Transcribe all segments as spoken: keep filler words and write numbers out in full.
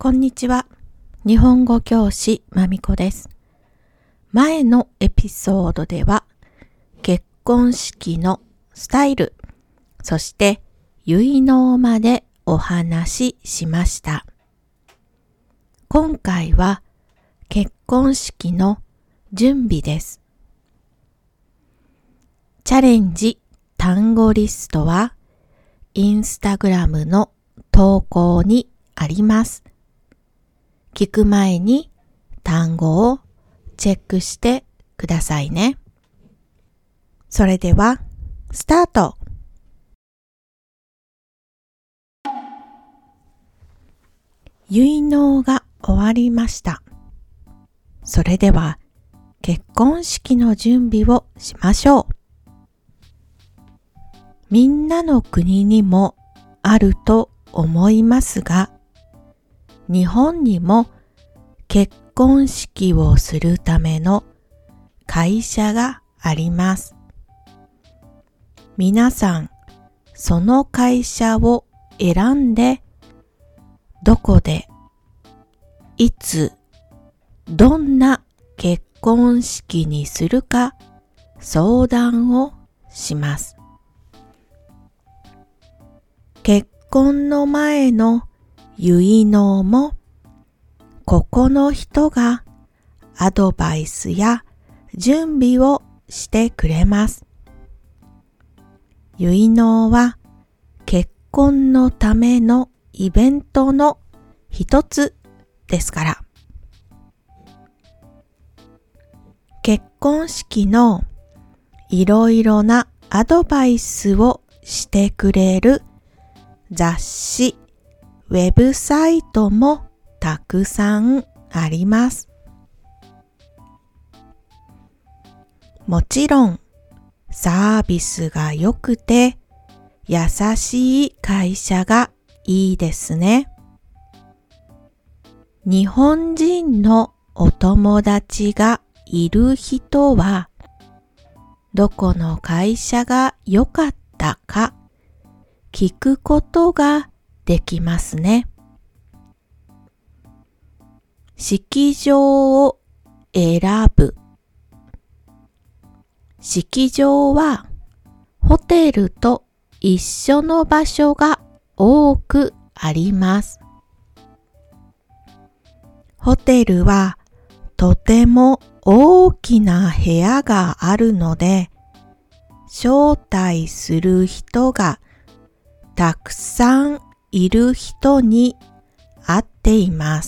こんにちは。日本語教師まみこです。前のエピソードでは結婚式のスタイル、そして結納までお話ししました。今回は結婚式の準備です。チャレンジ単語リストはインスタグラムの投稿にあります。聞く前に単語をチェックしてくださいね。それではスタート。結納が終わりました。それでは結婚式の準備をしましょう。みんなの国にもあると思いますが、日本にも結婚式をするための会社があります。皆さん、その会社を選んで、どこで、いつ、どんな結婚式にするか相談をします。結婚の前の結納も、ここの人がアドバイスや準備をしてくれます。結納は結婚のためのイベントの一つですから。結婚式のいろいろなアドバイスをしてくれる雑誌、ウェブサイトもたくさんあります。もちろんサービスが良くて優しい会社がいいですね。日本人のお友達がいる人はどこの会社が良かったか聞くことができますね。式場を選ぶ。式場はホテルと一緒の場所が多くあります。ホテルはとても大きな部屋があるので、招待する人がたくさんいる人に会っています。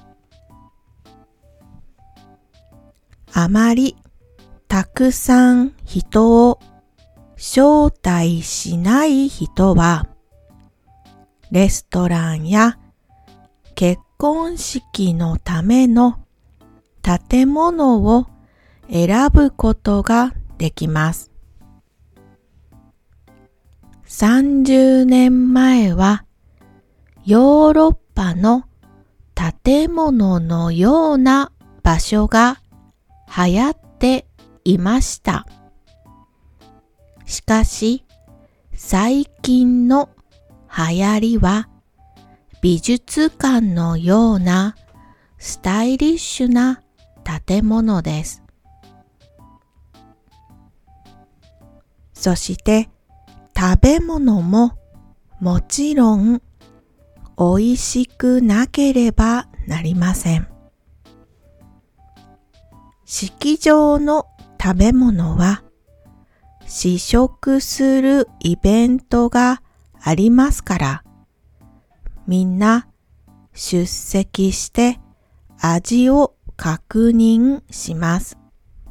あまりたくさん人を招待しない人は、レストランや結婚式のための建物を選ぶことができます。さんじゅうねんまえはヨーロッパの建物のような場所が流行っていました。しかし最近の流行りは美術館のようなスタイリッシュな建物です。そして食べ物ももちろん美味しくなければなりません。式場の食べ物は試食するイベントがありますから、みんな出席して味を確認します。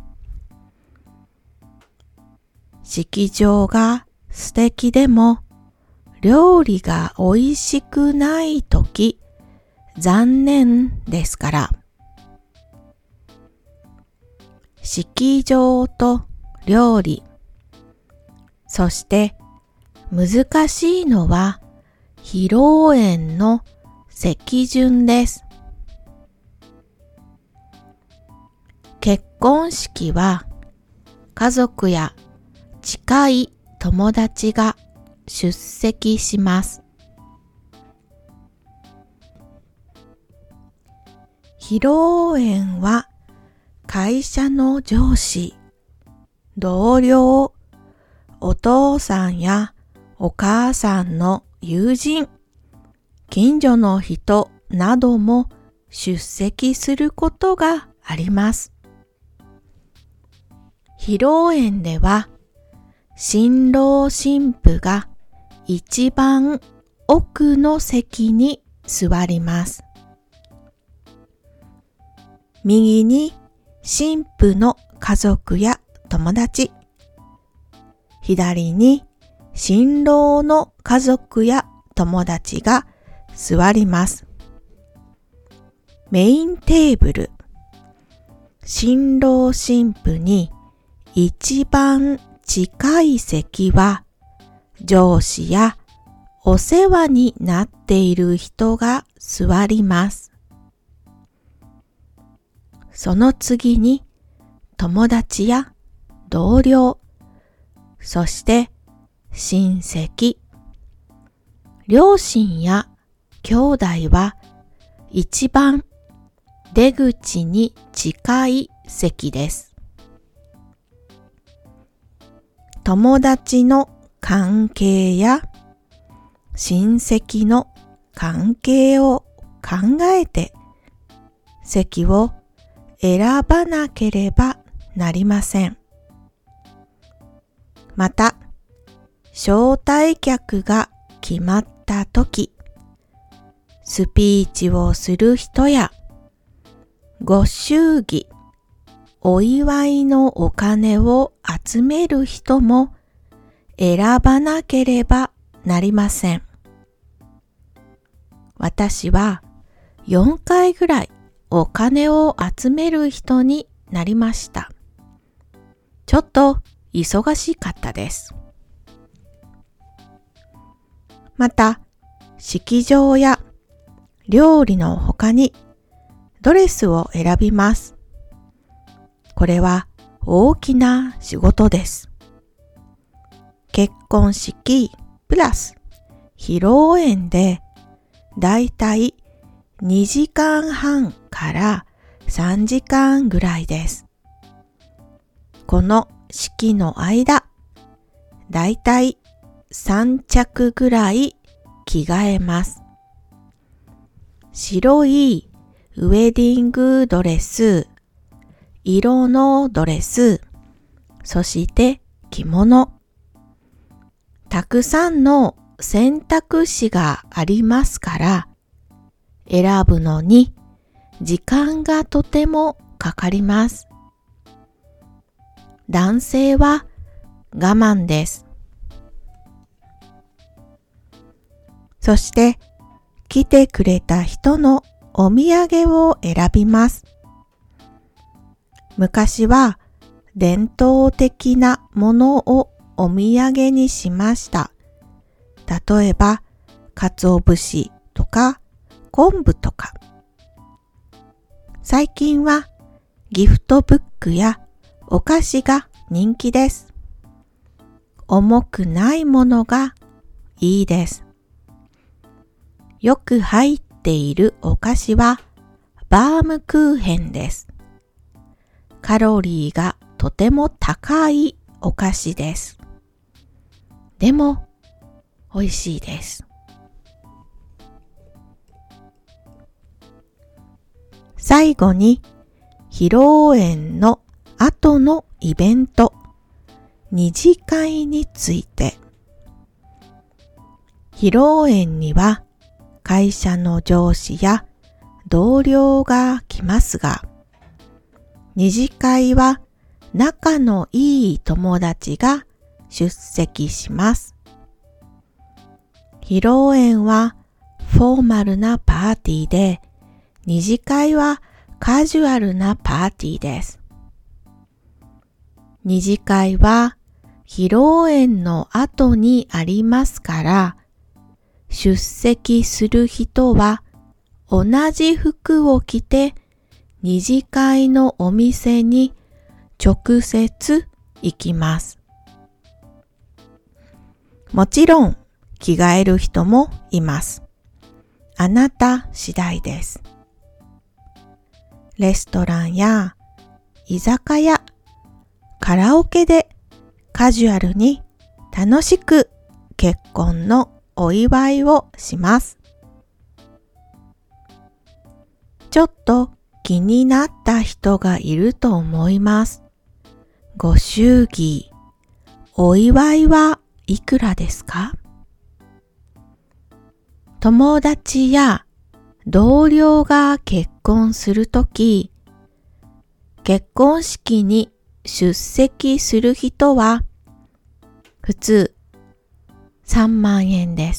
式場が素敵でも料理が美味しくないとき残念ですから。式場と料理、そして難しいのは披露宴の席順です。結婚式は家族や近い友達が出席します。 披露宴は会社の上司、同僚、お父さんやお母さんの友人、近所の人なども出席することがあります。披露宴では新郎新婦が一番奥の席に座ります。右に新婦の家族や友達、左に新郎の家族や友達が座ります。メインテーブル、新郎新婦に一番近い席は上司やお世話になっている人が座ります。その次に友達や同僚、そして親戚、両親や兄弟は一番出口に近い席です。友達の関係や親戚の関係を考えて席を選ばなければなりません。また、招待客が決まったとき、スピーチをする人やご祝儀、お祝いのお金を集める人も選ばなければなりません。私はよんかいぐらいお金を集める人になりました。ちょっと忙しかったです。また、式場や料理の他にドレスを選びます。これは大きな仕事です。結婚式プラス披露宴でだいたいにじかんはんからさんじかんぐらいです。この式の間、だいたいさんちゃくぐらい着替えます。白いウェディングドレス、色のドレス、そして着物。たくさんの選択肢がありますから、選ぶのに時間がとてもかかります。男性は我慢です。そして来てくれた人のお土産を選びます。昔は伝統的なものをお土産にしました。例えば、鰹節とか昆布とか。最近はギフトブックやお菓子が人気です。重くないものがいいです。よく入っているお菓子はバームクーヘンです。カロリーがとても高いお菓子です。でも美味しいです。最後に披露宴の後のイベント、二次会について。披露宴には会社の上司や同僚が来ますが、二次会は仲のいい友達が出席します。披露宴はフォーマルなパーティーで、二次会はカジュアルなパーティーです。二次会は披露宴の後にありますから、出席する人は同じ服を着て二次会のお店に直接行きます。もちろん着替える人もいます。あなた次第です。 レストランや居酒屋、カラオケでカジュアルに楽しく結婚のお祝いをします。ちょっと気になった人がいると思います。ご祝儀、お祝いはいくらですか？友達や同僚が結婚するとき、結婚式に出席する人は普通さんまんえんです。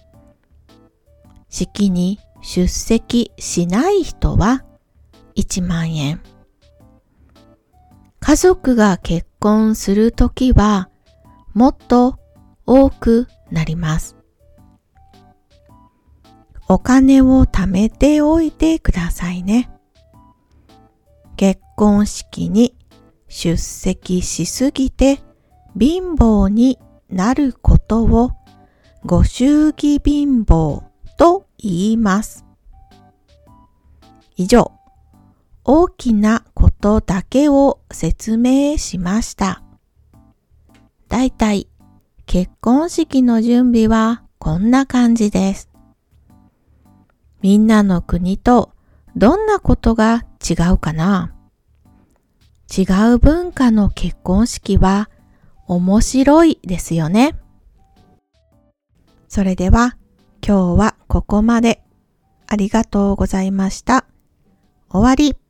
式に出席しない人はいちまんえん。家族が結婚するときはもっと多くなります。お金を貯めておいてくださいね。結婚式に出席しすぎて貧乏になることをご祝儀貧乏と言います。以上、大きなことだけを説明しました。だいたい結婚式の準備はこんな感じです。みんなの国とどんなことが違うかな？違う文化の結婚式は面白いですよね。それでは今日はここまで。ありがとうございました。終わり。